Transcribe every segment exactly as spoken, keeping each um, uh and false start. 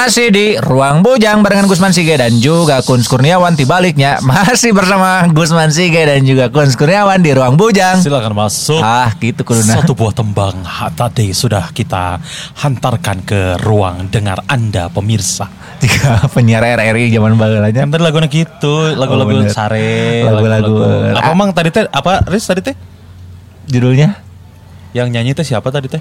Masih di Ruang Bujang barengan Gusman Sige dan juga Kun Kurniawan. Tibaliknya masih bersama Gusman Sige dan juga Kun Kurniawan di Ruang Bujang. Silakan masuk. Ah gitu kuduna. Satu buah tembang tadi sudah kita hantarkan ke ruang dengar Anda pemirsa. Jika penyiar R R I zaman bagelanya. Kan tadi lagunya gitu, lagu-lagu Oh, sare, lagu-lagu. Apa emang tadi teh apa Riz tadi teh? Judulnya Yang nyanyi teh siapa tadi teh?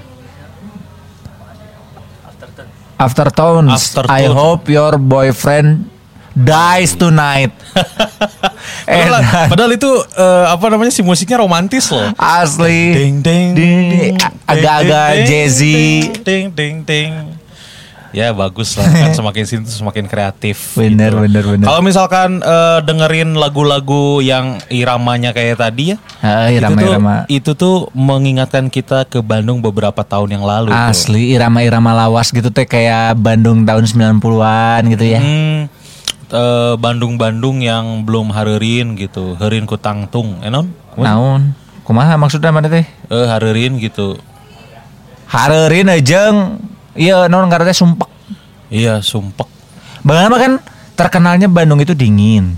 Aftertones. Aftertones. I hope your boyfriend dies tonight. Padahal, Eh, padahal itu uh, apa namanya si musiknya romantis loh. asli. Ding ding Ding. ding, Agak-agak ding, ding, jazzy. Ding ding ding. Ya bagus lah kan semakin sini tuh semakin kreatif. Bener, gitu. bener, bener. Kalau misalkan uh, dengerin lagu-lagu yang iramanya kayak tadi ya, Ah, itu tuh irama-irama. itu tuh mengingatkan kita ke Bandung beberapa tahun yang lalu. tuh. Asli irama-irama lawas gitu teh kayak Bandung tahun sembilan puluhan gitu ya. Hmm, eh, Bandung-Bandung yang belum hareurin gitu, heurin ku tangtung, enon? Naon? Kumaha maksudnya mana teh? Eh hareurin gitu. Hareurin jeung iya naon ngaranna sumpek. Iya, sumpek. Bagaimana kan terkenalnya Bandung itu dingin.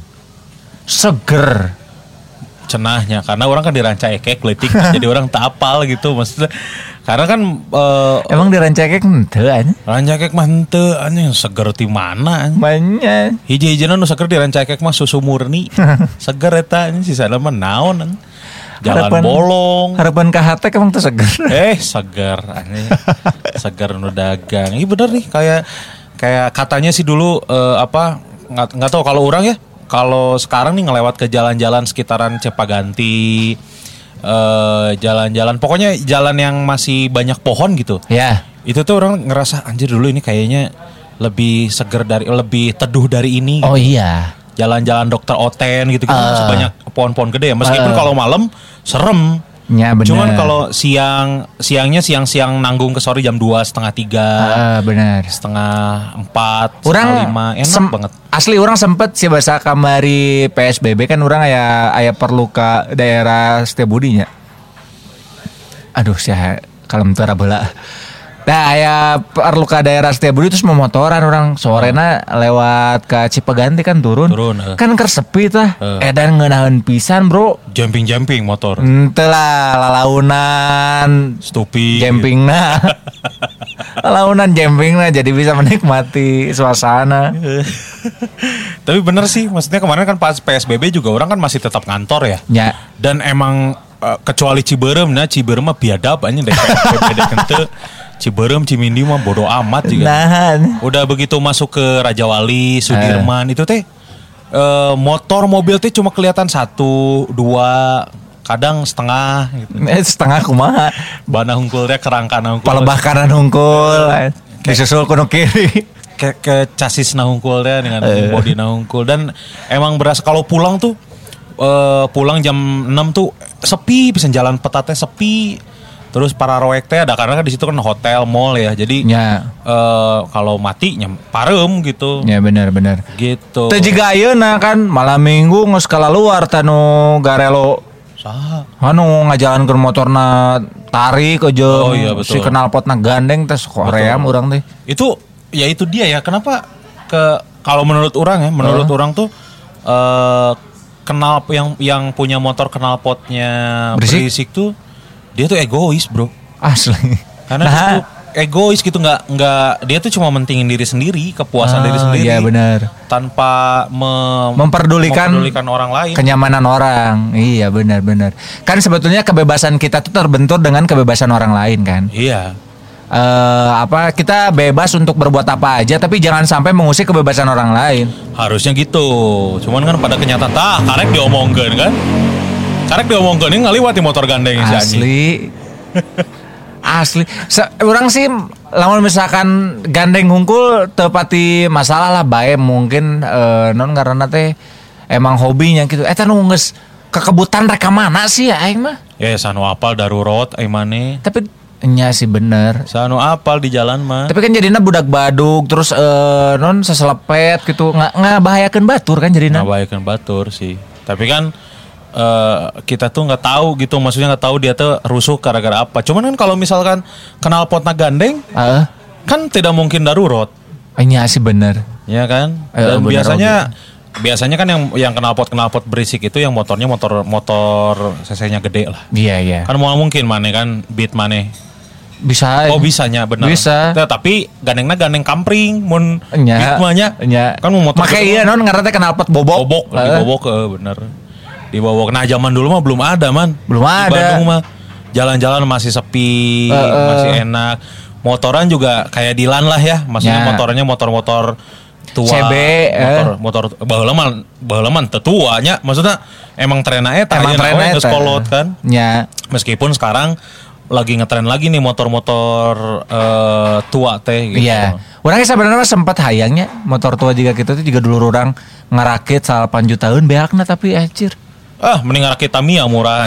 Seger. Cenahnya karena orang kan diranca ekek letik jadi orang tak apal gitu maksudnya karena kan eh, Emang dirancakek henteu anya? ranca ekek mah henteu anjing seger ti mana anjing. Banyak. Hiji-hijina nu seger diranca ekek mah susu murni seger eta anjing sisana mah naon anjing. Jalan Harapan- bolong Harapan ka hate emang teu seger. eh seger anjing seger nu dagang ini bener nih kayak kayak katanya sih dulu eh, apa nggak nggak tahu kalau orang ya kalau sekarang nih ngelewat ke jalan-jalan sekitaran Cipaganti eh, jalan-jalan pokoknya jalan yang masih banyak pohon gitu Ya. itu tuh orang ngerasa anjir dulu ini kayaknya lebih seger dari lebih teduh dari ini Oh gitu. iya. Jalan-jalan Dokter Oten gitu gitu Uh. masih banyak pohon-pohon gede ya meskipun Uh. kalau malam serem. Ya benar. Cuman kalau siang siangnya siang-siang nanggung ke sore jam dua setengah tiga, Ah, benar. setengah empat, setengah Orang lima enak sem- banget. Asli orang sempet sih bahasa kamari P S B B kan orang aya aya perlu ke daerah Setiabudi nya. Aduh sih kalau mentara bola. Nah aya perlu ke daerah Setiabudi terus mau motoran orang sorena lewat ke Cipaganti kan turun. Turun, eh. Kan ker sepi tah. Eh. Edan ngeunaheun pisan, Bro. Jumping-jumping motor, Henteu lah lalaunan stupi. campingna. Lalaunan campingna jadi bisa menikmati suasana. Tapi bener sih, maksudnya kemarin kan pas P S B B juga orang kan masih tetap ngantor ya. Ya. Dan emang eh, kecuali Ciberem, nah Ciberem mah biadab aja deh. Beda kente. Ciberem, Cimindi mah bodo amat juga. Nahan. Udah begitu masuk ke Raja Wali, Sudirman itu teh eh, motor mobil teh cuma kelihatan satu, dua, kadang setengah gitu. Eh, setengah kumaha. Bana hungkul teh kerangkana hungkul. Palebah kanan hungkul. Disusul kuno kiri. Ke, ke chassis na hungkul teh dengan body na hungkul dan emang berasa kalau pulang tuh eh, pulang jam enam tuh sepi, bisa jalan peta teh sepi. Terus para roek teh ada karena kan di situ kan hotel, mall ya. Jadi Ya. eh, kalau mati nyam parem gitu. Ya benar-benar. Gitu. Teu jiga ayeuna kan malam minggu geus kalaluar tanu garelo Saha? anu ngajalankeun motorna tarik aja Oh, iya, betul. si knalpotna gandeng teh Korea urang teh. Itu ya itu dia ya. Kenapa ke kalau menurut orang ya, menurut orang tuh eh kenal yang yang punya motor knalpotnya Berisik? berisik tuh dia tuh egois, Bro. Asli. Karena dia tuh egois gitu nggak nggak dia tuh cuma mentingin diri sendiri, kepuasan Ah, diri sendiri. iya, benar. Tanpa me- Memperdulikan memperdulikan orang lain. kenyamanan orang. Iya benar-benar. Kan sebetulnya kebebasan kita tuh terbentur dengan kebebasan orang lain kan. Iya. Eh apa kita bebas untuk berbuat apa aja tapi jangan sampai mengusik kebebasan orang lain. Harusnya gitu. Cuman kan pada kenyataan tah karek diomongkeun kan. Karek diomongkeun ini ngaliwati motor gandeng si anjing. Asli. Asli. Se- orang sih lamun misalkan gandeng hungkul tepati masalah lah bae mungkin eh, non karena teh emang hobinya gitu. Eta nu geus kekebutan reka mana sih ya aing mah. Ya sanu apal darurat ai maneh. Tapi nya sih bener. Sanu apal di jalan mah. Tapi kan jadinya budak baduk terus eh, non seselepet gitu nggak nggak bahayakeun batur kan jadinya. Ngabayakeun batur sih. Tapi kan eh, kita tuh nggak tahu gitu, maksudnya nggak tahu dia tuh rusuh gara-gara apa. Cuman kan kalau misalkan knalpotna gandeng, Heeh. kan tidak mungkin darurat. Iya sih bener. Ya kan? Eh, Dan bener, biasanya biasanya kan yang yang knalpot-knalpot berisik itu yang motornya motor motor cc-nya gede lah. Iya iya. Kan mau mungkin mana kan beat mana. Bisa. Oh bisanya benar. Bisa. Nah, tapi gandengna gandeng kampring mun Nya. beat mah nya. Nya. Kan mau motor Makanya gede iya mah. non ngarana teh knalpot bobok. Bobok, Heeh. dibobok eh, bener. Dibobok. Nah, zaman dulu mah belum ada, man. Belum Di ada. Bandung mah jalan-jalan masih sepi, Uh, uh. masih enak. Motoran juga kayak Dilan lah ya. Maksudnya Ya. motornya motor-motor tua. C B, motor eh. motor baheula mah baheula mah teu tuanya. Maksudnya emang trenna eta Emang ayeuna tren we eta. geus kolot kan. Ya. Meskipun sekarang lagi ngetren lagi nih motor-motor eh, tua teh gitu. Iya. Orangnya sebenarnya sempat hayangnya motor tua juga gitu tuh juga dulu orang ngerakit salapan jutaan beakna tapi anjir. Ah, mending rakit Tamiya murah.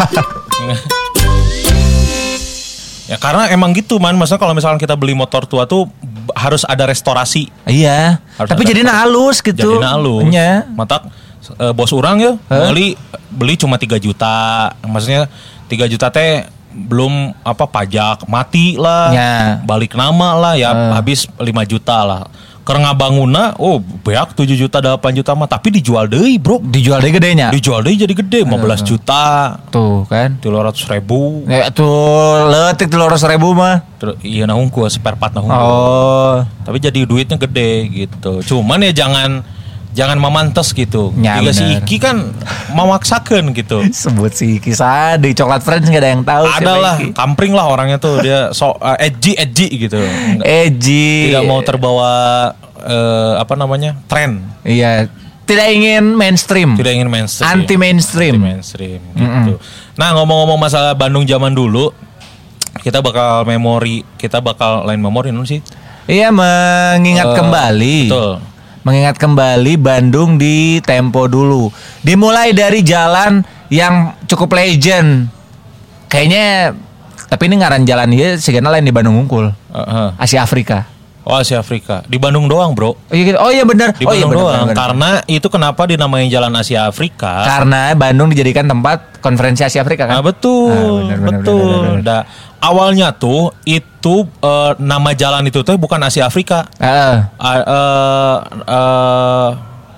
Ya karena emang gitu man, maksudnya kalau misalkan kita beli motor tua tuh b- harus ada restorasi. Iya. Harus Tapi ada jadi halus gitu. Jadi halus. Iya. Matak eh, bos orang ya Hah? beli beli cuma tiga juta. Maksudnya tiga juta teh belum apa pajak mati lah. Ya. Balik nama lah ya Eh. habis lima juta lah. Karena ngabanguna oh beak tujuh juta delapan juta mah tapi dijual deui, Bro. Dijual deh gedenya. Dijual deui jadi gede lima belas juta. Tuh kan. tiga ratus ribu. Ya tuh letik telur ribu mah. Terus iya nahung ku spare part nahung. Oh. Tapi jadi duitnya gede gitu. Cuman ya jangan jangan memantes gitu. Ya, Jika si bener. Iki kan memaksakan gitu. Sebut si kisah di Coklat Friends nggak ada yang tahu. siapa Adalah Iki. kampring lah orangnya tuh dia so uh, edgy edgy gitu. Nggak- Edgy. Tidak mau terbawa eh, apa namanya tren. Iya. Tidak ingin mainstream. Tidak ingin mainstream. Anti mainstream. Anti mainstream gitu. Nah ngomong-ngomong masalah Bandung zaman dulu, kita bakal memori, kita bakal lain memori non sih. Iya mengingat Eh, kembali. Betul. Mengingat kembali Bandung di tempo dulu. Dimulai dari jalan yang cukup legend. Kayaknya tapi ini ngaran jalan ya sigana lain di Bandung Unggul. Heeh. Asia Afrika. Oh Asia Afrika di Bandung doang bro. Oh iya, gitu. Oh iya benar. Di Oh iya Bandung benar. doang. benar, benar. Karena itu kenapa dinamain Jalan Asia Afrika? Karena Bandung dijadikan tempat konferensi Asia Afrika kan. Nah, betul, Ah, benar, benar, betul. benar, benar, benar. Nah, awalnya tuh itu eh, nama jalan itu tuh bukan Asia Afrika. Heeh. Ah, eh, eh,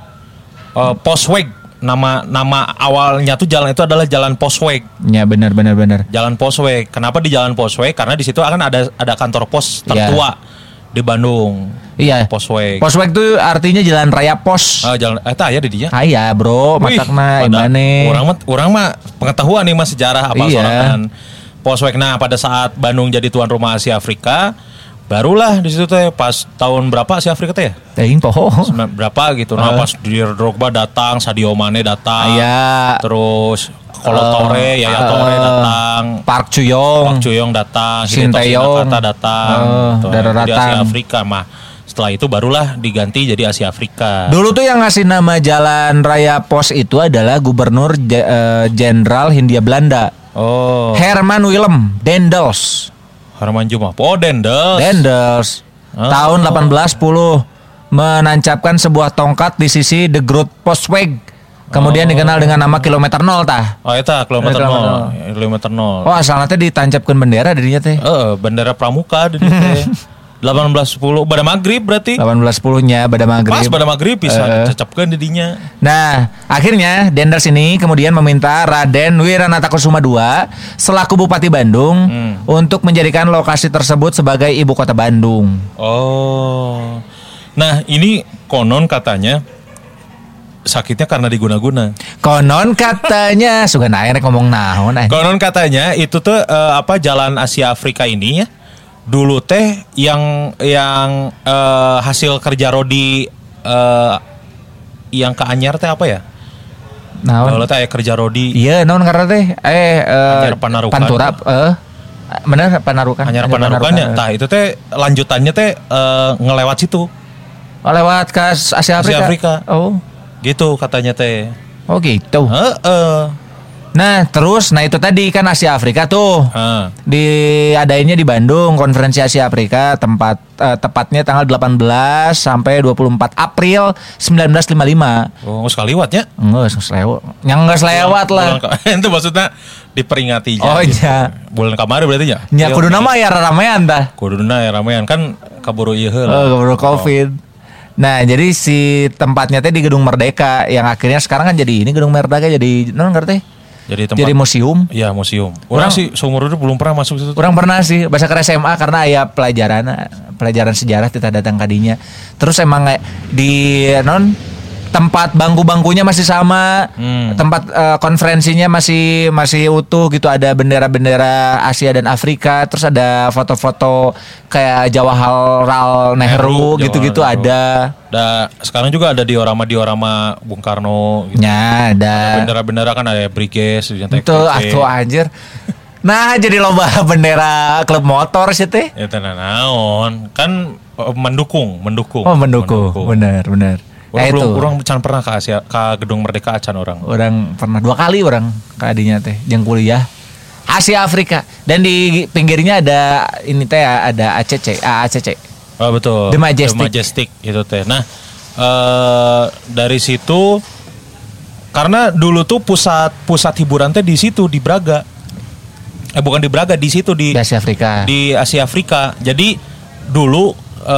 eh, Posweg. Nama nama awalnya tuh jalan itu adalah Jalan Posweg. Ya benar benar benar. Jalan Posweg. Kenapa di Jalan Posweg? Karena di situ akan ada ada kantor pos tertua di Bandung. Iya. Posweg. Posweg itu artinya jalan raya pos. Ah, jalan eta aya di dinya. Ah iya bro, matakna imane. Orang mah orang mah pengetahuan nih mas sejarah apa Iya. sorangan. Posweg nah pada saat Bandung jadi tuan rumah Asia Afrika, barulah di situ teh pas tahun berapa Asia Afrika teh ya? Teuing poho. Sembilan- berapa gitu. Nah, Uh. pas Didier Drogba datang, Sadio Mane datang. Iya. Terus Kolo Uh, Toure, Yaya uh, Toure datang. Park Chuyong. Pak Cuyong datang, Shin Hidetoshi Tae-yong. Nakata datang. Uh, Gitu. Dara Jadi datang. Asia Afrika mah. Setelah itu barulah diganti jadi Asia Afrika. Dulu tuh yang ngasih nama jalan raya pos itu adalah Gubernur Je- eh, Jenderal Hindia Belanda. Oh, Herman Willem Dendels. Herman Juma. Oh, Dendels. Dendels. Oh. Tahun delapan belas sepuluh menancapkan sebuah tongkat di sisi The Groot Postweg. Kemudian Oh. dikenal dengan nama kilometer nol tah. Oh, eta kilometer Kilometer nol. nol. Kilometer nol. Oh asalnya teh ditancapkan bendera dirinya teh. Eh, bendera pramuka di teh. delapan belas sepuluh pada maghrib berarti. delapan belas sepuluh-nya pada maghrib. Pas pada maghrib bisa Eh. dicecapkan didinya. Nah, akhirnya Dendels ini kemudian meminta Raden Wiranatakusuma kedua selaku Bupati Bandung Hmm. untuk menjadikan lokasi tersebut sebagai ibu kota Bandung. Oh. Nah, ini konon katanya sakitnya karena diguna-guna. Konon katanya, sugan air ngomong naon eh. Konon katanya itu tuh eh, apa jalan Asia Afrika ini ya. Dulu teh yang yang eh, hasil kerja Rodi eh, yang ke Anyar teh apa ya? Naon? Kalau teh aya kerja Rodi Iya, naon karena teh eh eh, Anyar Panarukan. Pantura eh bener Panarukan. Anyar Panarukan ya. eh. Tah itu teh lanjutannya teh eh, ngelewat situ. Oh, lewat ke Asia Afrika. Asia Afrika. Oh. Gitu katanya teh. Oh gitu. Heeh. Nah, terus nah itu tadi kan Asia Afrika tuh. Heeh. Diadainnya di Bandung konferensi Asia Afrika tempat eh, tepatnya tanggal delapan belas sampai dua puluh empat April sembilan belas lima puluh lima. Oh, sekali lewat ya? Enggak, selewat. Yang enggak selewat lah. Bulan ka- itu maksudnya diperingati Oh, gitu. iya. Bulan kemarin berarti ya? Nya kudu nama ya ramean tah. Kuduna ya ramean kan kaburu ieu Oh, heula. keburu Covid. Nah, jadi si tempatnya teh di Gedung Merdeka yang akhirnya sekarang kan jadi ini Gedung Merdeka jadi non ngerti? Jadi tempat Jadi museum. Iya, museum. Orang, Orang- sih seumur hidup belum pernah masuk situ. Orang pernah sih bahasa ke S M A karena aya pelajaran pelajaran sejarah kita datang kadinya. Terus emang kayak di non tempat bangku-bangkunya masih sama, Hmm. tempat eh, konferensinya masih masih utuh gitu, ada bendera-bendera Asia dan Afrika, terus ada foto-foto kayak Jawaharlal Nehru Nehru, gitu-gitu Jawaharlal Nehru. ada. Da, sekarang juga ada diorama-diorama Bung Karno gitu. Ya, ada. Bendera-bendera kan ada Briges, Itu atuh anjir. Nah, jadi lomba bendera klub motor sih teh. Ya tenan naon, kan eh, mendukung, mendukung. Oh, mendukung. Bener, bener. Orang Ya belum, itu. orang can pernah ke Asia, ke Gedung Merdeka acan orang. Orang pernah dua kali orang ke adinya teh yang kuliah Asia Afrika, dan di pinggirnya ada ini teh ada A C C A A C C. Oh betul. The Majestic. The Majestic itu teh. Nah, eh dari situ karena dulu tuh pusat pusat hiburan teh di situ di Braga. Eh bukan di Braga, di situ di Di Asia Afrika. di Asia Afrika. Jadi dulu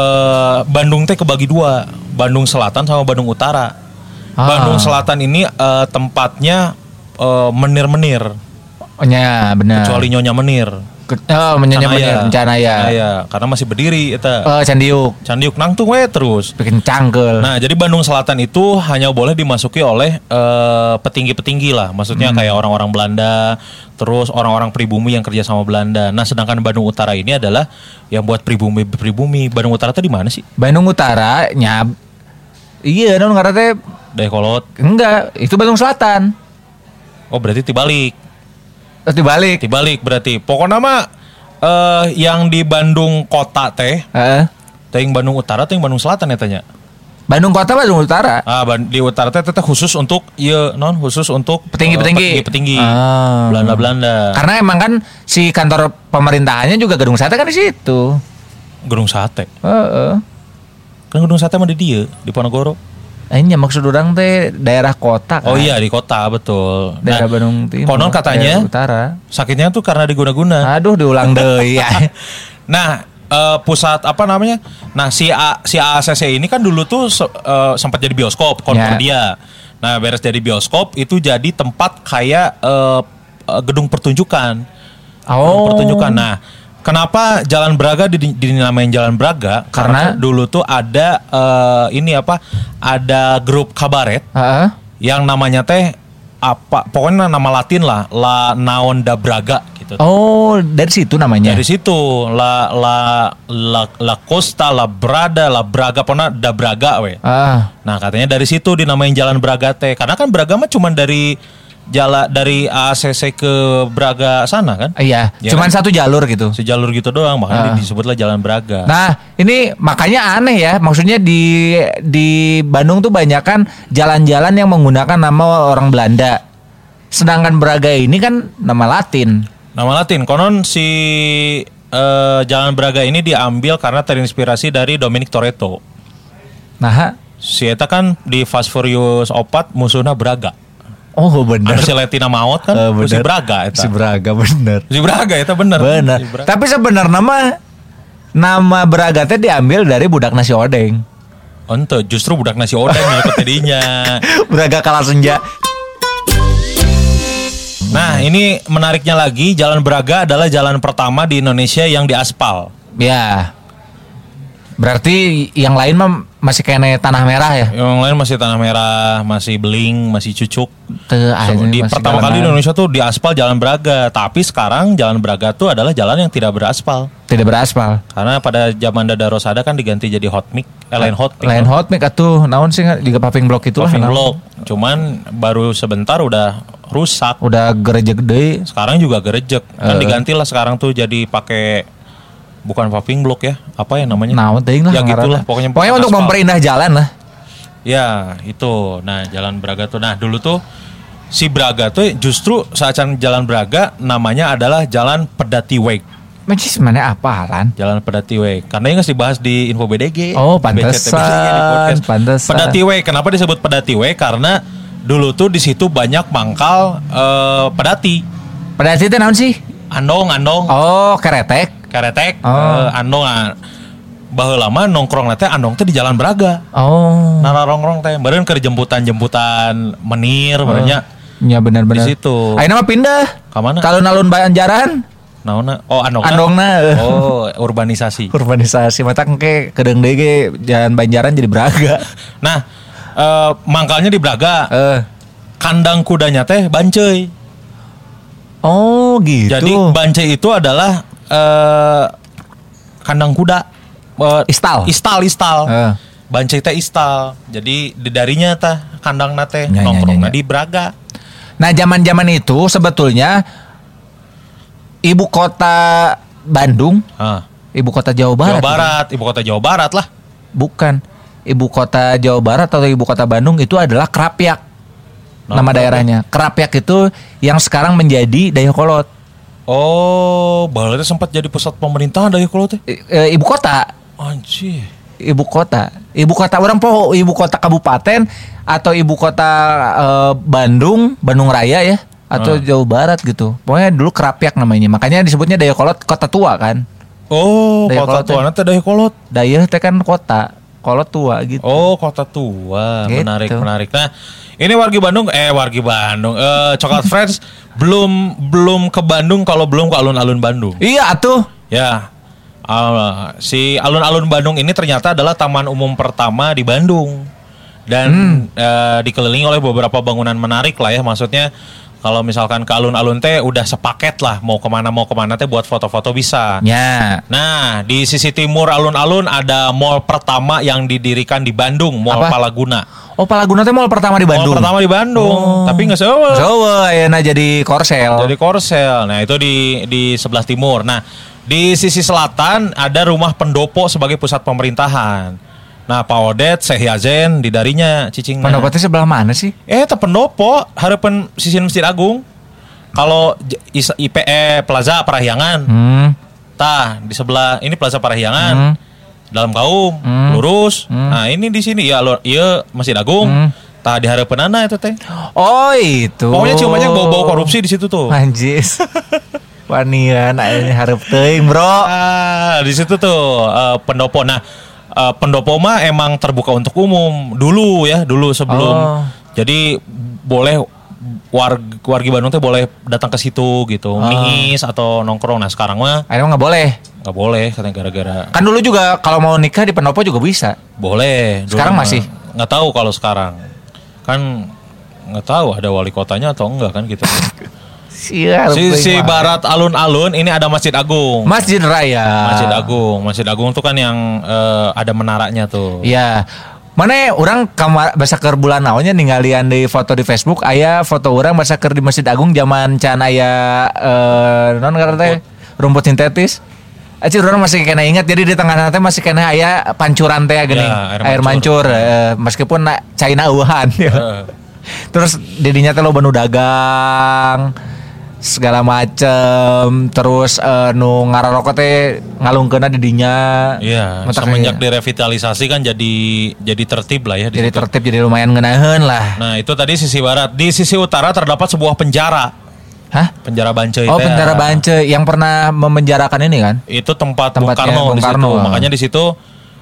eh, Bandung teh kebagi dua, Bandung Selatan sama Bandung Utara. Ah. Bandung Selatan ini eh, tempatnya eh, menir-menir, Oh, ya benar. kecuali Nyonya Menir. Ke- oh, menyanyi Canaya. Canaya. Canaya, karena masih berdiri eta. Oh, Candiuk Candiuk nangtung we terus. bikin cangkel. Nah, jadi Bandung Selatan itu hanya boleh dimasuki oleh eh, petinggi-petinggi lah. Maksudnya kayak orang-orang Belanda, terus orang-orang pribumi yang kerja sama Belanda. Nah, sedangkan Bandung Utara ini adalah yang buat pribumi-pribumi. Bandung Utara tuh di mana sih? Bandung Utara nyab. Iya, non karena teh Dayakolot. enggak, itu Bandung Selatan. Oh, berarti tibalik. Terus dibalik. Tibalik berarti. Pokoknya mah eh yang di Bandung Kota teh, Heeh. teh yang Bandung Utara teh yang Bandung Selatan ya tanya. Bandung Kota, Bandung Utara. Ah, ban- di utara teh teh khusus untuk iya non khusus untuk Petinggi-petinggi. eh, petinggi-petinggi. Ah. Belanda-Belanda. Karena emang kan si kantor pemerintahannya juga Gedung Sate kan di situ. Gedung Sate. Heeh. Kan Gedung Sate mah di dieu, di Ponorogo. Ini maksud orang teh daerah kota kan. Oh iya di kota betul. Daerah Bandung Timur. Konon katanya daerah utara. sakitnya tuh karena diguna-guna. Aduh, diulang deui ya. Nah, eh, pusat apa namanya? Nah, si A, si A C C ini kan dulu tuh se- eh, sempat jadi bioskop Concordia. Nah, beres jadi bioskop itu jadi tempat kayak eh, eh, gedung pertunjukan. Gedung Oh. pertunjukan. Nah, kenapa Jalan Braga di- dinamain Jalan Braga? Karena? dulu tuh ada eh, ini apa? Ada grup kabaret Heeh. yang namanya teh apa? Pokoknya nama Latin lah, La Naon da Braga gitu. Oh, dari situ namanya. Dari situ la la la la Costa, la Brada, la Braga, pokoknya da Braga we. Ah. Nah, katanya dari situ dinamain Jalan Braga teh. Karena kan Braga mah cuma dari jalan dari A C C ke Braga sana kan? Iya, Ya cuman kan? satu jalur gitu. Sejalur gitu doang, makanya Ah. disebutlah Jalan Braga. Nah, ini makanya aneh ya. Maksudnya di di Bandung tuh banyak kan jalan-jalan yang menggunakan nama orang Belanda. Sedangkan Braga ini kan nama Latin. Nama Latin, konon si eh, Jalan Braga ini diambil karena terinspirasi dari Dominic Toretto. Nah, Si eta kan di Fast Furious opat musuhnya Braga. oh bener. Anu si Letina maot kan, Eh, si bener. Braga eta. Si Braga bener. Si Braga eta bener. Bener. Si Braga. Tapi sebenarnya nama nama Braga teh diambil dari budak nasi odeng. Ente justru budak nasi odeng ya ketedinya. Braga kalah senja. Nah, ini menariknya lagi, Jalan Braga adalah jalan pertama di Indonesia yang diaspal. Ya. Berarti yang lain mah masih kayak tanah merah ya? Yang lain masih tanah merah, masih beling, masih cucuk. Tuh, So, akhirnya di masih pertama kali di jalanan. Indonesia tuh diaspal Jalan Braga, tapi sekarang Jalan Braga tuh adalah jalan yang tidak beraspal. Tidak beraspal. Karena pada zaman Dada Rosada kan diganti jadi hot mix, eh, line hot mix. Lain hot mic atuh, naon sih juga paving block itu lah. Paving naon. block. Cuman baru sebentar udah rusak. Udah gerejek deui. Sekarang juga gerejek. Kan Eh. digantilah sekarang tuh jadi pakai bukan paving block ya. Apa ya namanya? Naon teuing lah. Ya ngaranna. gitulah pokoknya. Pokoknya untuk aspal. memperindah jalan lah. Ya, itu. Nah, Jalan Braga tuh. Nah, dulu tuh si Braga tuh justru saat Jalan Braga namanya adalah Jalan Pedati Way. Macis mana apa Alan? Jalan Pedati Way. Karena yang dibahas di Info B D G. Oh, B C T B D G di pantesan, podcast. pantesan. Pedati Way. Kenapa disebut Pedati Way? Karena dulu tuh di situ banyak mangkal eh, pedati. Pada situ naon sih? Andong, andong. Oh, keretek. Karetek, Oh. eh, andong. ah. baheula mah nongkrong teh andong teh di Jalan Braga. Oh. Nararong-rong teh beureun keur jemputan-jemputan menir benernya. Ya benar-benar. Di situ. Ayeuna mah pindah. Ka mana? Kalau alun Banjaran. Naonna? Oh, andongna. Andongna. Oh, urbanisasi. Urbanisasi mata engke kedeung deui ge Jalan Banjaran jadi Braga. Nah, eh, mangkalnya di Braga. Eh. Kandang kudanya teh Banceuy. Oh, gitu. Jadi Banceuy itu adalah eh, kandang kuda. Uh, Istal. Istal, istal. Uh. Banceuy teh istal. Jadi di darinya teh kandangna teh Ya, nongkrongna ya, ya, ya. di Braga. Nah, zaman-zaman itu sebetulnya ibu kota Bandung, Ah. ibu kota Jawa Barat. Jawa Barat, ibu kota Jawa Barat lah. Bukan. Ibu kota Jawa Barat atau ibu kota Bandung itu adalah Krapyak. Nah, nama Krapyak. daerahnya. Krapyak itu yang sekarang menjadi Dayakolot. Oh, Balatnya sempat jadi pusat pemerintahan dari kalau teh. I- e, ibu kota. Anjir. Ibu kota. Ibu kota orang poho, ibu kota kabupaten atau ibu kota e, Bandung, Bandung Raya ya, atau Ah. Jawa Barat gitu. Pokoknya dulu Krapyak namanya. Makanya disebutnya Dayakolot kota tua kan. Oh, Dayakolot kota tua teh dari kolot. Dayah teh kan kota, kolot tua gitu. Oh, kota tua. Gitu. Menarik, menarik. Nah, ini wargi Bandung, eh wargi Bandung, eh Coklat Friends belum belum ke Bandung kalau belum ke alun-alun Bandung. Iya atuh. Ya, uh, si alun-alun Bandung ini ternyata adalah taman umum pertama di Bandung dan uh, dikelilingi oleh beberapa bangunan menarik lah ya. Maksudnya kalau misalkan ke alun-alun teh udah sepaket lah, mau kemana mau kemana teh buat foto-foto bisa. Ya. Nah, di sisi timur alun-alun ada mall pertama yang didirikan di Bandung, Mall Apa? Palaguna. Oh, Palaguna teh mall pertama di Bandung. Mall pertama di Bandung, tapi nggak sewa. Jawa ayeuna jadi Korsel. Jadi Korsel. Nah, itu di di sebelah timur. Nah, di sisi selatan ada rumah pendopo sebagai pusat pemerintahan. Nah, Pak Odet, Syekh Yazen di darinya cicing. Pendopo teh sebelah mana sih? Eh, teh pendopo, harapan sisi Masjid Agung. Kalau J- Is- I P E Plaza Parahyangan. Hmm. Tah, di sebelah ini Plaza Parahyangan. Hmm. Dalam kaum, Hmm. lurus. Hmm. Nah, ini di sini ya, lo- iya Masjid Agung. Hmm. Tah di harapanana itu teh. Oh, itu. Pokoknya ciumannya bau-bau korupsi di situ tuh. Anjis. Wanian ayeuna hareup teuing, Bro. Ah, di situ tuh eh, pendopo. Nah, eh, pendopo mah emang terbuka untuk umum dulu ya, dulu sebelum. Oh. Jadi boleh warga wargi Bandung teh boleh datang ke situ gitu, Oh. ngis atau nongkrong. Nah, sekarang mah Ayeuna nggak boleh. nggak boleh katanya gara-gara Kan dulu juga kalau mau nikah di pendopo juga bisa. boleh. Dulu Sekarang mah masih? nggak tahu kalau sekarang. Kan nggak tahu ada wali kotanya atau enggak kan gitu. Sia, hareup teuing Sisi mah. barat alun-alun ini ada Masjid Agung. Masjid Raya. Masjid Agung, Masjid Agung tuh kan yang eh, ada menaranya tuh. Iya. Mana orang kamar basa keur bulan naonnya ninggalian di foto di Facebook aya foto orang basa keur di Masjid Agung zaman can aya eh non ngaran teh rumput sintetis. Aci orang masih kena ingat jadi di tengah teh masih kena aya pancuran teh gini. Ya, air air mancur, mancur. eh, meskipun na, China Wuhan. Heeh. Terus didinya teh loba nu dagang segala macem terus eh, nu ngararoko teh ngalungkeunna didinya. Iya, Mata semenjak kayak- direvitalisasi kan jadi jadi tertib lah ya di jadi situ. tertib jadi lumayan ngeunaheun lah. Nah, itu tadi sisi barat. Di sisi utara terdapat sebuah penjara. Hah? Penjara Banceuy Oh, teh. penjara Banceuy yang pernah memenjarakan ini kan? Itu tempat Bung Tempatnya Karno Bung di situ. Karno. Makanya di situ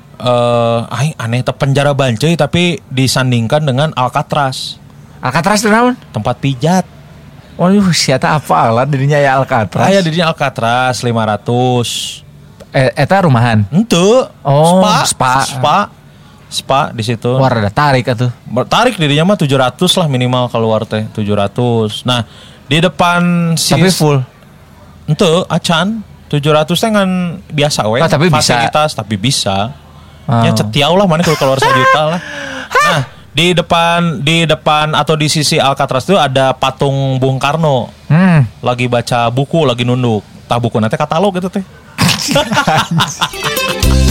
eh aing aneh teh penjara Banceuy tapi disandingkan dengan Alcatraz, Alcatraz itu naon? tempat pijat. Waduh, siapa apa lah dirinya ya Alcatraz. Aya dirinya Alcatraz lima ratus. Eh, eta rumahan. Ente. Oh, spa, spa. spa. Spa di situ. Wah, ada tarik atuh. Tarik dirinya mah tujuh ratus lah minimal keluar teh, tujuh ratus. Nah, di depan si Tapi full. Ente acan tujuh ratus teh kan biasa we. Oh, tapi bisa. Fasilitas tapi bisa. Oh. Ya cetiau lah mana kalau keluar sejuta lah. Nah, di depan di depan atau di sisi Alcatraz itu ada patung Bung Karno Hmm. lagi baca buku, lagi nunduk. Tah buku nanti katalog gitu teh.